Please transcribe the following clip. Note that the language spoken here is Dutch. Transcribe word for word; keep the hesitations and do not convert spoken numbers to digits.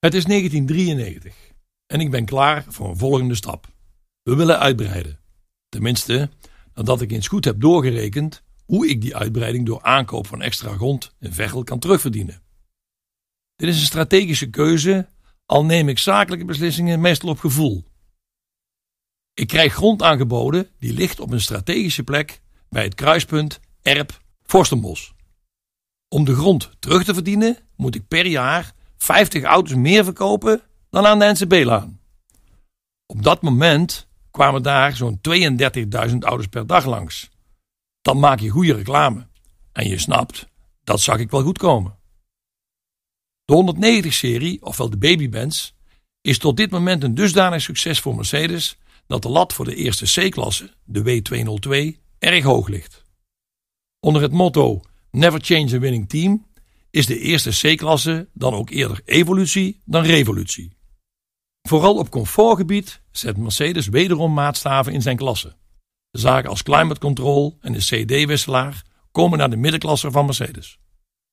Het is negentien drieënnegentig en ik ben klaar voor een volgende stap. We willen uitbreiden. Tenminste, nadat ik eens goed heb doorgerekend hoe ik die uitbreiding door aankoop van extra grond in Veghel kan terugverdienen. Dit is een strategische keuze, al neem ik zakelijke beslissingen meestal op gevoel. Ik krijg grond aangeboden die ligt op een strategische plek bij het kruispunt Erp-Forstenbos. Om de grond terug te verdienen moet ik per jaar vijftig auto's meer verkopen dan aan de N C B-laan. Op dat moment kwamen daar zo'n tweeëndertigduizend auto's per dag langs. Dan maak je goede reclame. En je snapt, dat zag ik wel goed komen. De honderdnegentig-serie, ofwel de Baby-Benz, is tot dit moment een dusdanig succes voor Mercedes dat de lat voor de eerste C-klasse, de W tweehonderdtwee, erg hoog ligt. Onder het motto Never change a winning team is de eerste C-klasse dan ook eerder evolutie dan revolutie. Vooral op comfortgebied zet Mercedes wederom maatstaven in zijn klasse. Zaken als climate control en de C D-wisselaar komen naar de middenklasse van Mercedes.